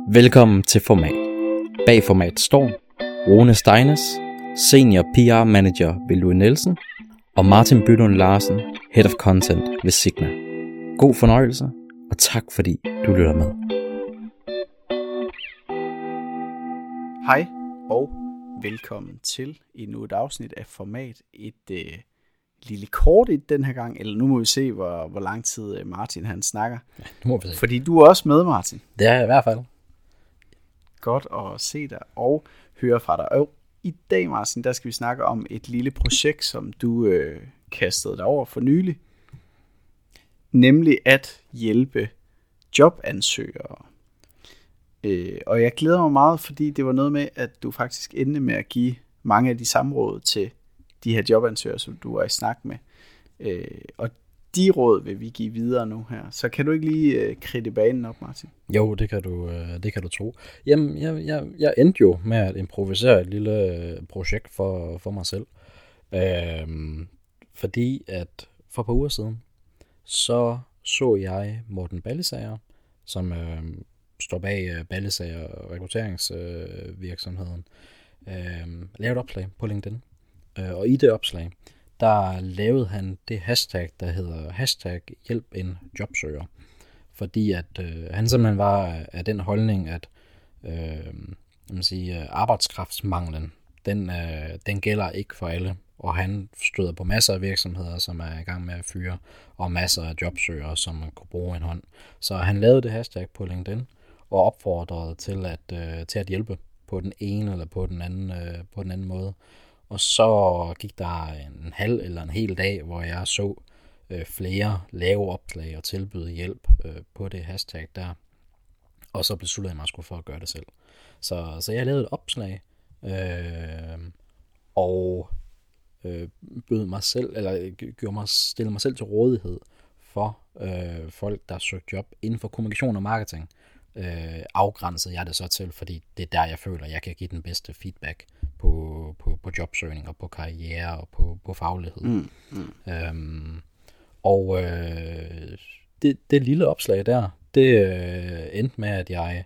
Velkommen til Format. Bag Format står Rune Steines, Senior PR Manager ved Louis Nielsen, og Martin Bylund Larsen, Head of Content ved Sigma. God fornøjelse, og tak fordi du lytter med. Hej og velkommen til endnu et afsnit af Format. Et lille kort i den her gang, eller nu må vi se, hvor lang tid Martin han snakker. Ja, nu må vi se. Fordi du er også med, Martin. Det er i hvert fald. Godt at se dig og høre fra dig. Og i dag, Martin, der skal vi snakke om et lille projekt, som du kastede dig over for nylig. Nemlig at hjælpe jobansøgere. Og jeg glæder mig meget, fordi det var noget med, at du faktisk endte med at give mange af de samme råd til de her jobansøgere, som du var i snak med. Og de råd vil vi give videre nu her. Så kan du ikke lige kridte banen op, Martin? Jo, det kan du tro. Jamen, jeg endte jo med at improvisere et lille projekt for mig selv. Fordi at for et par uger siden, så jeg Morten Ballesager, som står bag Ballesager rekrutteringsvirksomheden, lave et opslag på LinkedIn. Og i det opslag, der lavede han det hashtag, der hedder #hjælp en jobsøger. Fordi at han simpelthen var af den holdning, at arbejdskraftsmanglen, den gælder ikke for alle. Og han støder på masser af virksomheder, som er i gang med at fyre, og masser af jobsøgere, som man kunne bruge en hånd. Så han lavede det hashtag på LinkedIn, og opfordrede til at hjælpe på den ene eller på den anden måde. Og så gik der en halv eller en hel dag, hvor jeg så flere lave opslag og tilbyde hjælp på det hashtag der. Og så besluttede jeg mig sgu for at gøre det selv. Så jeg lavede et opslag og bød mig selv, eller stillede mig selv til rådighed for folk, der søgte job inden for kommunikation og marketing. Afgrænsede jeg det så til, fordi det er der, jeg føler, jeg kan give den bedste feedback på jobsøgning og på karriere og på faglighed. Det lille opslag der, det endte med, at jeg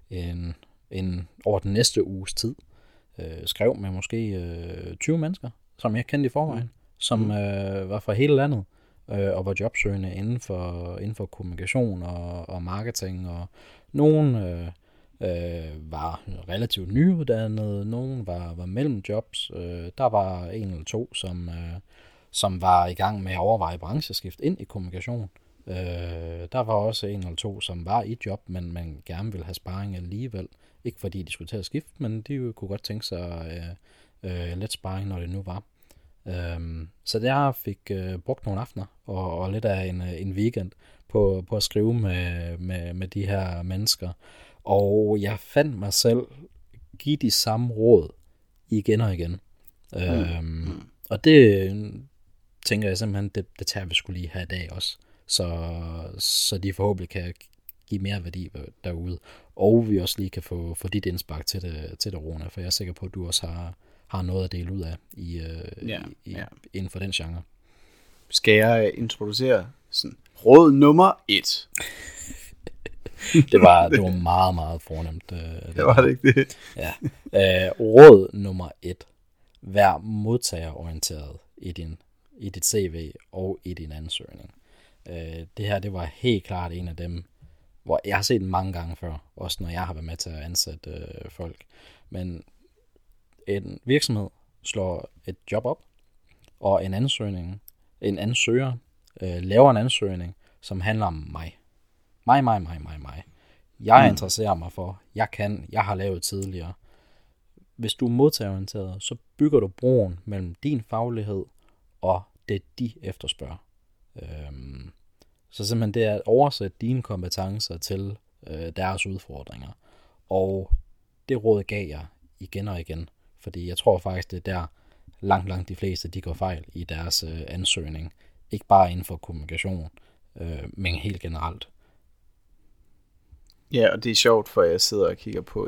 over den næste uges tid skrev med måske 20 mennesker, som jeg kendte i forvejen, som var fra hele landet og var jobsøgende inden for kommunikation og marketing, og nogen var relativt nyuddannede, nogen var mellem jobs. Der var en eller to, som var i gang med at overveje brancheskift ind i kommunikation. Der var også en eller to, som var i job, men man gerne ville have sparring alligevel. Ikke fordi de skulle til at skifte, men de kunne godt tænke sig lidt sparring, når det nu var. Så der fik brugt nogle aftener og lidt af en weekend på at skrive med de her mennesker. Og jeg fandt mig selv give de samme råd igen og igen. Og det tænker jeg simpelthen, det tager vi skulle lige have i dag også. Så de forhåbentlig kan give mere værdi derude. Og vi også lige kan få dit indspark til det, Rune. For jeg er sikker på, at du også har noget at dele ud af inden for den genre. Skal jeg introducere sådan råd nummer 1? Det var meget, meget fornemt. Det var det ikke det? Ja. Råd nummer 1. Vær modtagerorienteret i dit CV og i din ansøgning. Det her, det var helt klart en af dem, hvor jeg har set den mange gange før, også når jeg har været med til at ansætte folk. Men en virksomhed slår et job op, og en ansøger laver en ansøgning, som handler om mig. Mig. Jeg interesserer mig for, jeg har lavet tidligere. Hvis du er modtagerorienteret, så bygger du broen mellem din faglighed og det, de efterspørger. Så simpelthen det er at oversætte dine kompetencer til deres udfordringer. Og det råd gav jeg igen og igen, fordi jeg tror faktisk, det er der langt de fleste, de går fejl i deres ansøgning. Ikke bare inden for kommunikation, men helt generelt. Ja, og det er sjovt, for jeg sidder og kigger på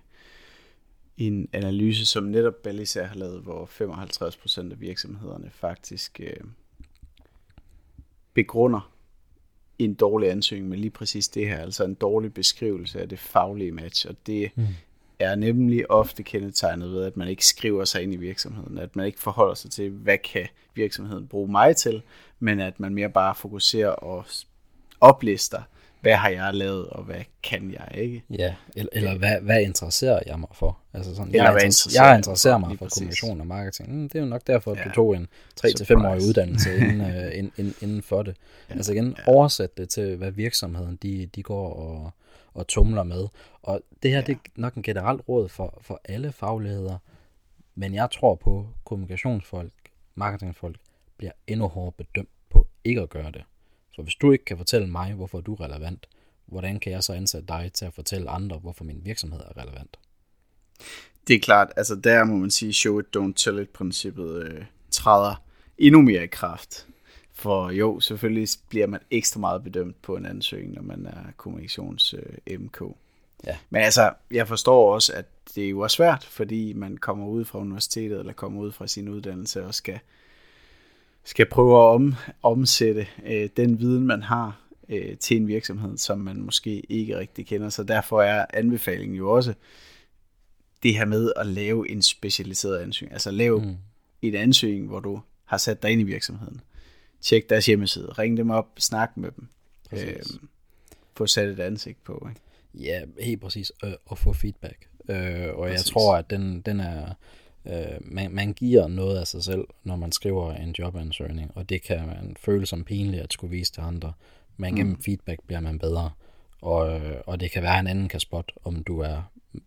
en analyse, som netop Ballesager har lavet, hvor 55% af virksomhederne faktisk begrunder en dårlig ansøgning, men lige præcis det her, altså en dårlig beskrivelse af det faglige match, og det er nemlig ofte kendetegnet ved, at man ikke skriver sig ind i virksomheden, at man ikke forholder sig til, hvad kan virksomheden bruge mig til, men at man mere bare fokuserer og oplister, hvad har jeg lavet, og hvad kan jeg ikke? Ja, eller hvad interesserer jeg mig for? Altså sådan, jeg interesserer mig for kommunikation og marketing. Det er jo nok derfor, at du tog en 3-5-årig uddannelse inden for det. Ja, altså igen, oversæt det til, hvad virksomheden de går og tumler med. Og det her, det er nok en generelt råd for alle fagligheder, men jeg tror på, at kommunikationsfolk, marketingfolk, bliver endnu hårdere bedømt på ikke at gøre det. Så hvis du ikke kan fortælle mig, hvorfor du er relevant, hvordan kan jeg så ansætte dig til at fortælle andre, hvorfor min virksomhed er relevant? Det er klart, altså der må man sige, show it, don't tell it-princippet træder endnu mere i kraft. For jo, selvfølgelig bliver man ekstra meget bedømt på en ansøgning, når man er kommunikations-MK. Ja. Men altså, jeg forstår også, at det jo er svært, fordi man kommer ud fra universitetet, eller kommer ud fra sin uddannelse, og skal prøve at omsætte den viden, man har til en virksomhed, som man måske ikke rigtig kender. Så derfor er anbefalingen jo også det her med at lave en specialiseret ansøgning. Altså lave en ansøgning, hvor du har sat dig ind i virksomheden. Tjek deres hjemmeside, ring dem op, snak med dem. Få sat et ansigt på. Ikke? Ja, helt præcis. Og få feedback. Og jeg tror, at den er... Man giver noget af sig selv, når man skriver en jobansøgning, og det kan man føle som pinligt at skulle vise til andre. Men gennem feedback bliver man bedre, og det kan være, at en anden kan spotte, om du er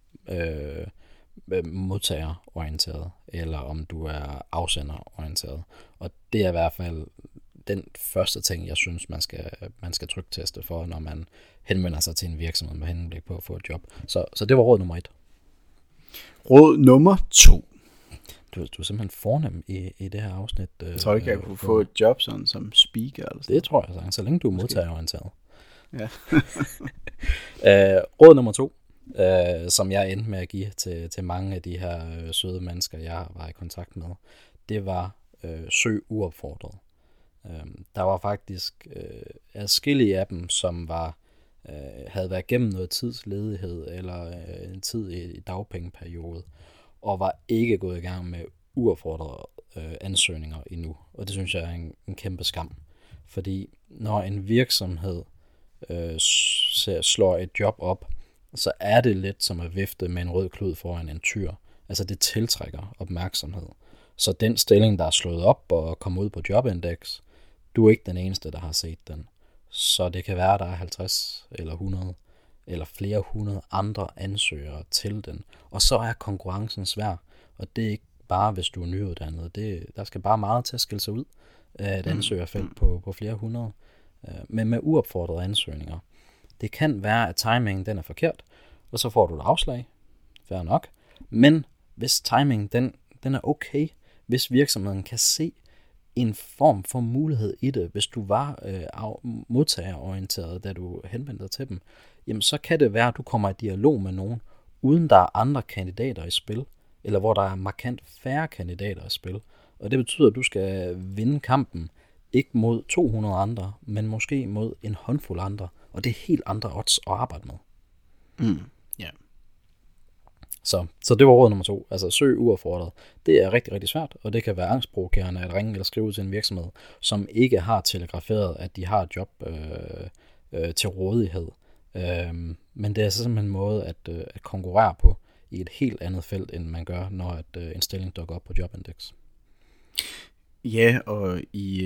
modtagerorienteret, eller om du er afsenderorienteret. Og det er i hvert fald den første ting, jeg synes, man skal trykteste for, når man henvender sig til en virksomhed med henblik på at få et job. Så det var råd nummer 1. Råd nummer 2. Du er simpelthen fornem i det her afsnit. Jeg tror ikke, jeg kunne få et job sådan som speaker. Eller sådan. Det tror jeg så længe du er modtagerorienteret. Ja. Råd nummer 2, som jeg endte med at give til mange af de her søde mennesker, jeg var i kontakt med, det var søg uopfordret. Der var faktisk adskillige af dem, som havde været gennem noget tidsledighed eller en tid i dagpengeperiode, og var ikke gået i gang med uopfordrede ansøgninger endnu. Og det synes jeg er en kæmpe skam. Fordi når en virksomhed slår et job op, så er det lidt som at vifte med en rød klud foran en tyr. Altså det tiltrækker opmærksomhed. Så den stilling, der er slået op og kommer ud på Jobindex, du er ikke den eneste, der har set den. Så det kan være, at der er 50 eller 100 eller flere 100 andre ansøgere til den. Og så er konkurrencen svær. Og det er ikke bare, hvis du er nyuddannet. Der skal bare meget til at skille sig ud af et ansøgerfelt på flere 100. Men med uopfordrede ansøgninger. Det kan være, at timingen den er forkert, og så får du et afslag. Fair nok. Men hvis timingen den er okay, hvis virksomheden kan se en form for mulighed i det, hvis du var modtagerorienteret, da du henvendte dig til dem, jamen så kan det være, at du kommer i dialog med nogen, uden der er andre kandidater i spil, eller hvor der er markant færre kandidater i spil. Og det betyder, at du skal vinde kampen, ikke mod 200 andre, men måske mod en håndfuld andre, og det er helt andre odds at arbejde med. Yeah. Så det var råd nummer 2. Altså søg uopfordret. Det er rigtig, rigtig svært, og det kan være angstprovokerende at ringe eller skrive til en virksomhed, som ikke har telegraferet, at de har et job til rådighed. Men det er simpelthen en måde at konkurrere på i et helt andet felt, end man gør, når en stilling dukker op på Jobindex. Ja, og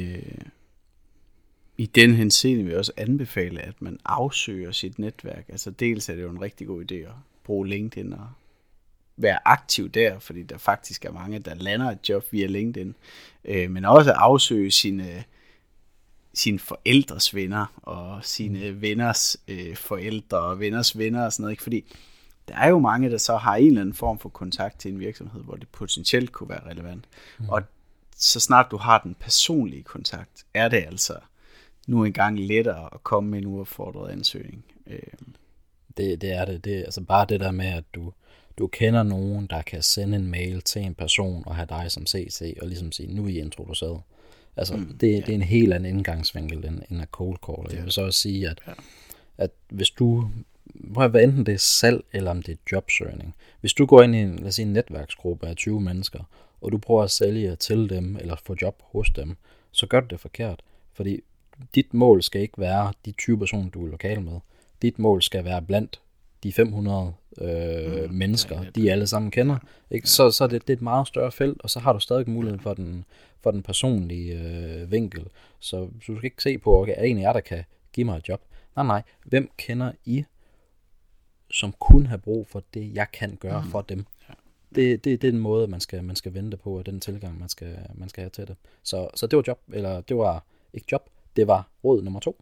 i den henseende vil jeg også anbefale, at man afsøger sit netværk. Altså dels er det jo en rigtig god idé at bruge LinkedIn og være aktiv der, fordi der faktisk er mange, der lander et job via LinkedIn, men også afsøge sine forældres venner og sine venners forældre og venners venner og sådan noget, ikke? Fordi der er jo mange, der så har en eller anden form for kontakt til en virksomhed, hvor det potentielt kunne være relevant. Og så snart du har den personlige kontakt, er det altså nu engang lettere at komme med en uopfordret ansøgning. Det er det. Det er altså bare det der med, at du kender nogen, der kan sende en mail til en person og have dig som CC og ligesom sige, nu er I introduceret. Altså, det er en helt anden indgangsvinkel end at cold call. Jeg vil så også sige, at hvis du, hvad enten det er salg, eller om det er jobsøgning, hvis du går ind i en, lad os sige, en netværksgruppe af 20 mennesker, og du prøver at sælge til dem, eller få job hos dem, så gør du det forkert. Fordi dit mål skal ikke være de 20 personer, du er lokal med. Dit mål skal være blandt de 500 mennesker, de alle sammen kender. Ikke? Så er det et meget større felt, og så har du stadig muligheden for den personlige vinkel. Så du skal ikke se på, at en af jer, der kan give mig et job. Nej. Hvem kender I, som kunne have brug for det, jeg kan gøre for dem? Det er den måde, man skal vente på, og den tilgang, man skal have til det. Så det var job, eller det var ikke job, det var råd nummer 2.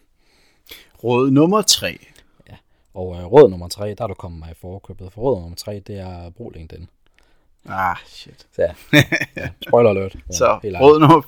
Råd nummer 3. Ja, og råd nummer 3, der er du kommet mig i forkøbet. For råd nummer 3, det er brug LinkedIn. Shit. Så ja, spoiler alert. Så råd nummer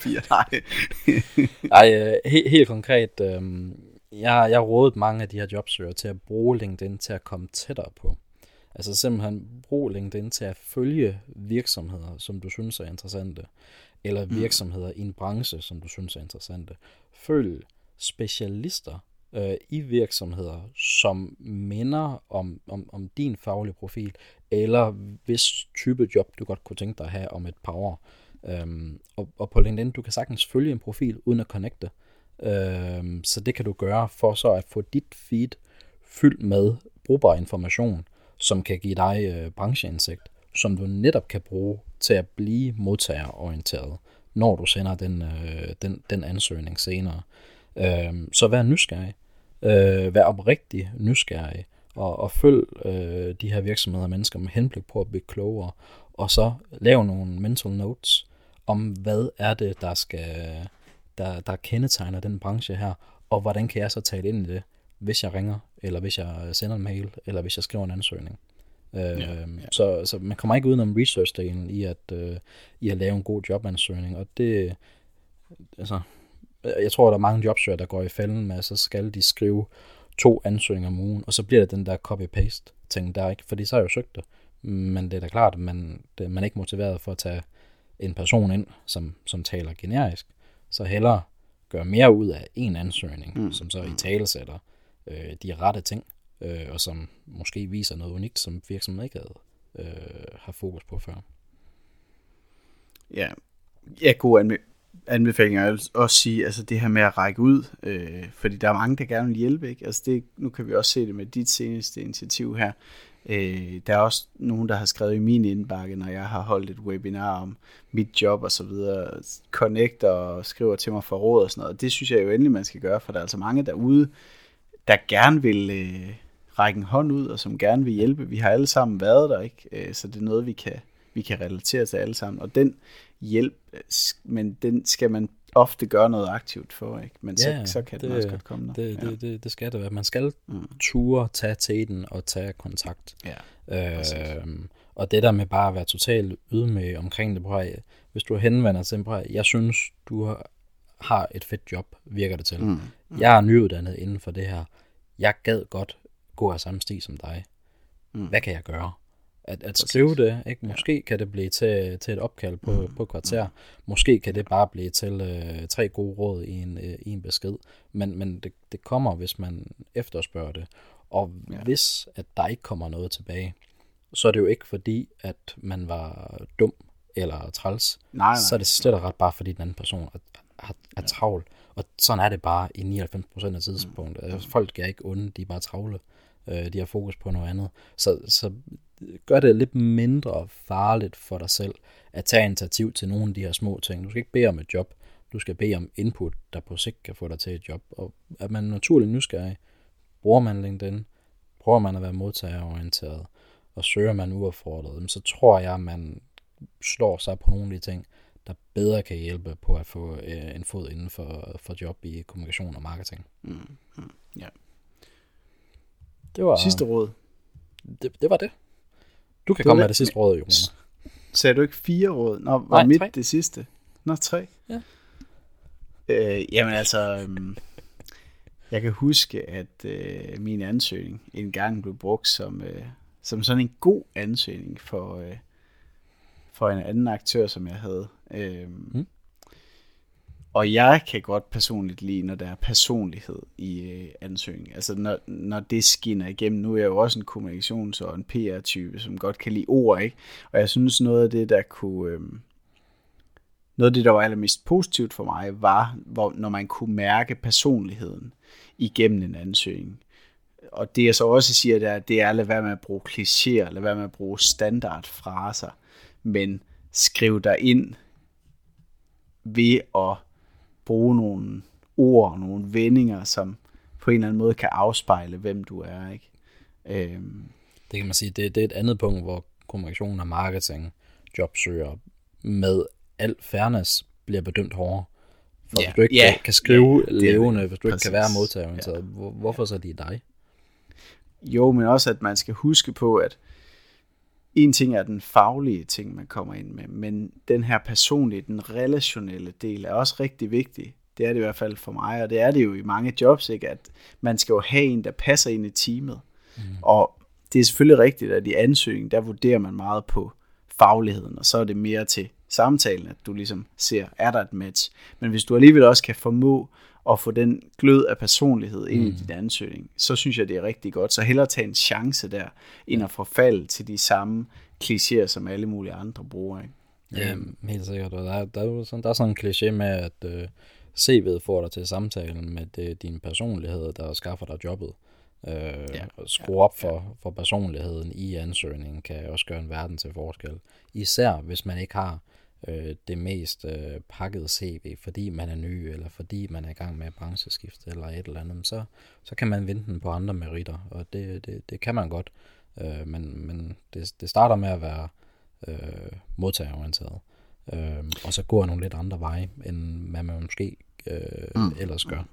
4, nej. Helt konkret, jeg rådede mange af de her jobsøgere til at bruge LinkedIn til at komme tættere på. Altså simpelthen brug LinkedIn til at følge virksomheder, som du synes er interessante, eller virksomheder i en branche, som du synes er interessante. Følg specialister i virksomheder, som minder om din faglige profil, eller hvis type job, du godt kunne tænke dig at have om et par år. Og på LinkedIn, du kan sagtens følge en profil, uden at connecte. Så det kan du gøre for så at få dit feed fyldt med brugbar information, som kan give dig brancheindsigt, som du netop kan bruge til at blive modtagerorienteret, når du sender den ansøgning senere. Så vær nysgerrig. Vær oprigtig nysgerrig. Og følg de her virksomheder og mennesker med henblik på at blive klogere. Og så lav nogle mental notes om, hvad er det, der kendetegner den branche her, og hvordan kan jeg så tale ind i det, hvis jeg ringer, eller hvis jeg sender en mail, eller hvis jeg skriver en ansøgning. Så man kommer ikke udenom research-delen i at lave en god jobansøgning, og det, altså, jeg tror, der er mange jobsøgere, der går i fælden med, så skal de skrive 2 ansøgninger om ugen, og så bliver det den der copy-paste ting der, ikke? Fordi så har jeg jo søgt det, men det er da klart, at man er ikke motiveret for at tage en person ind, som taler generisk, så hellere gøre mere ud af en ansøgning, som så i talesætter de rette ting, og som måske viser noget unikt, som virksomheden ikke har fokus på før. Ja, gode anbefalinger. Jeg vil også sige, altså det her med at række ud, fordi der er mange, der gerne vil hjælpe, ikke? Altså nu kan vi også se det med dit seneste initiativ her. Der er også nogen, der har skrevet i min indbakke, når jeg har holdt et webinar om mit job og så videre, connecter og skriver til mig for råd og sådan noget. Det synes jeg jo endelig, man skal gøre, for der er altså mange derude, der gerne vil række en hånd ud, og som gerne vil hjælpe. Vi har alle sammen været der, ikke? Så det er noget, vi kan relatere til alle sammen. Og den hjælp, men den skal man ofte gøre noget aktivt for, ikke? Men så kan det også godt komme der. Det skal det være. Man skal ture, tage teten og tage kontakt. Og det der med bare at være totalt ydmyg omkring det, hvis du henvender til dem, jeg synes, du har et fedt job, virker det til. Jeg er nyuddannet inden for det her. Jeg gad godt gå af samme sti som dig. Hvad kan jeg gøre? At skrive det, ikke? Måske kan det blive til et opkald på kvarter. Måske kan det bare blive til 3 gode råd i en besked. Men det kommer, hvis man efterspørger det. Og hvis at der ikke kommer noget tilbage, så er det jo ikke fordi, at man var dum eller træls. Nej. Så er det slet og ret bare fordi den anden person er travl. Og sådan er det bare i 99% af tidspunktet. Folk er ikke onde, de er bare travle. De har fokus på noget andet. Så gør det lidt mindre farligt for dig selv at tage initiativ til nogle af de her små ting. Du skal ikke bede om et job. Du skal bede om input, der på sigt kan få dig til et job. Og er man naturligt nysgerrig, bruger man LinkedIn, prøver man at være modtagerorienteret, og søger man uaffordret, så tror jeg, man slår sig på nogle af de ting, der bedre kan hjælpe på at få en fod inden for job i kommunikation og marketing. Ja. Det var sidste råd. Det var det. Du kan komme med det sidste råd, Jonas. Sagde du ikke 4 råd? Nå, var mit 3. Det sidste? Nå, 3? Ja. Jamen altså, jeg kan huske, at min ansøgning engang blev brugt som sådan en god ansøgning for en anden aktør, som jeg havde. Og jeg kan godt personligt lide, når der er personlighed i ansøgningen. Altså når det skinner igennem. Nu er jeg jo også en kommunikations- og en PR-type, som godt kan lide ord, ikke? Og jeg synes noget af det, der var allermest positivt for mig, var, når man kunne mærke personligheden igennem en ansøgning. Og det jeg så også siger, det er at lade være med at bruge klichéer, lade være med at bruge standardfraser, men skriv dig ind ved at bruge nogle ord, nogle vendinger, som på en eller anden måde kan afspejle, hvem du er, ikke? Det kan man sige, det er et andet punkt, hvor kommunikation og marketing, jobsøger med al fairness bliver bedømt hårdere. For hvis du ikke kan skrive levende, hvis du ikke kan være modtagerorienteret, hvorfor så er det dig? Jo, men også at man skal huske på, at en ting er den faglige ting, man kommer ind med, men den her personlige, den relationelle del er også rigtig vigtig. Det er det i hvert fald for mig, og det er det jo i mange jobs, ikke? At man skal jo have en, der passer ind i teamet. Og det er selvfølgelig rigtigt, at i ansøgningen, der vurderer man meget på fagligheden, og så er det mere til samtalen, at du ligesom ser, er der et match. Men hvis du alligevel også kan formå at få den glød af personlighed ind i din ansøgning, så synes jeg, det er rigtig godt. Så hellere tage en chance der, end at forfalde til de samme klichéer, som alle mulige andre bruger, ikke? Ja, helt sikkert. Der er sådan en kliché med, at CV'et får dig til samtalen med din personlighed, der skaffer dig jobbet. Skrue op for personligheden i ansøgningen kan også gøre en verden til forskel. Især hvis man ikke har det mest pakkede CV, fordi man er ny, eller fordi man er i gang med brancheskift, eller et eller andet, så kan man vinde den på andre meritter, og det kan man godt. Men det starter med at være modtagerorienteret, og så går nogle lidt andre veje, end hvad man måske ellers gør.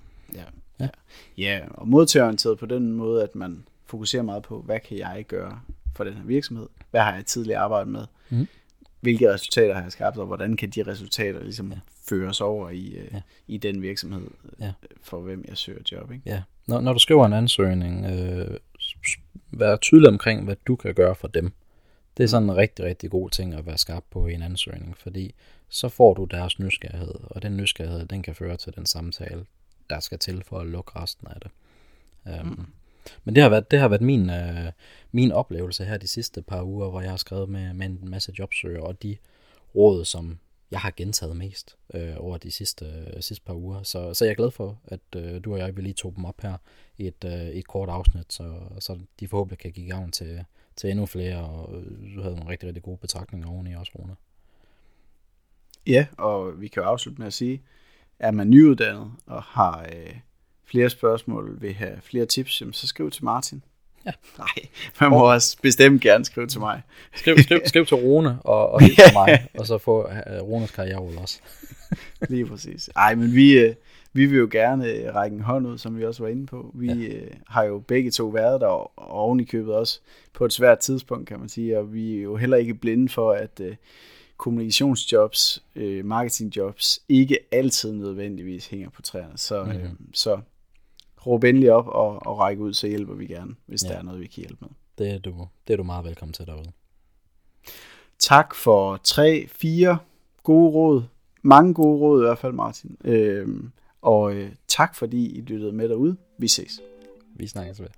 Ja, og modtagerorienteret på den måde, at man fokuserer meget på, hvad kan jeg gøre for den her virksomhed? Hvad har jeg tidligere arbejdet med? Hvilke resultater har jeg skabt, og hvordan kan de resultater ligesom føres over i den virksomhed, for hvem jeg søger job, ikke? Ja. Når du skriver en ansøgning, vær tydelig omkring, hvad du kan gøre for dem. Det er sådan en rigtig, rigtig god ting at være skarp på i en ansøgning, fordi så får du deres nysgerrighed, og den nysgerrighed, den kan føre til den samtale, der skal til for at lukke resten af det. Men det har været min oplevelse her de sidste par uger, hvor jeg har skrevet med en masse jobsøgere, og de råd, som jeg har gentaget mest over de sidste par uger. Så jeg er glad for, at du og jeg vil lige tog dem op her i et kort afsnit, så de forhåbentlig kan give gavn til endnu flere, og du havde nogle rigtig, rigtig gode betragtninger oveni også, Rune. Ja, og vi kan jo afslutte med at sige, er man nyuddannet og har flere spørgsmål, vil have flere tips, så skriv til Martin. Ja. Nej, man må også bestemt gerne skrive til mig. Skriv til Rune og helt til mig, og så få Runes karriereråd også. Lige præcis. Ej, men vi vil jo gerne række en hånd ud, som vi også var inde på. Vi har jo begge to været der, og oven i købet også på et svært tidspunkt, kan man sige, og vi er jo heller ikke blinde for, at kommunikationsjobs, marketingjobs, ikke altid nødvendigvis hænger på træerne. Så råb endelig op og ræk ud, så hjælper vi gerne, hvis der er noget, vi kan hjælpe med. Det er du meget velkommen til derude. Tak for 3-4 gode råd. Mange gode råd i hvert fald, Martin. Og tak fordi I lyttede med derude. Vi ses. Vi snakkes ved.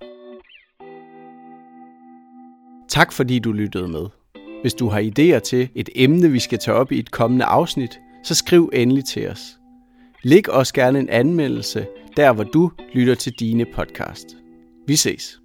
Tak fordi du lyttede med. Hvis du har idéer til et emne, vi skal tage op i et kommende afsnit, så skriv endelig til os. Læg også gerne en anmeldelse der, hvor du lytter til dine podcast. Vi ses.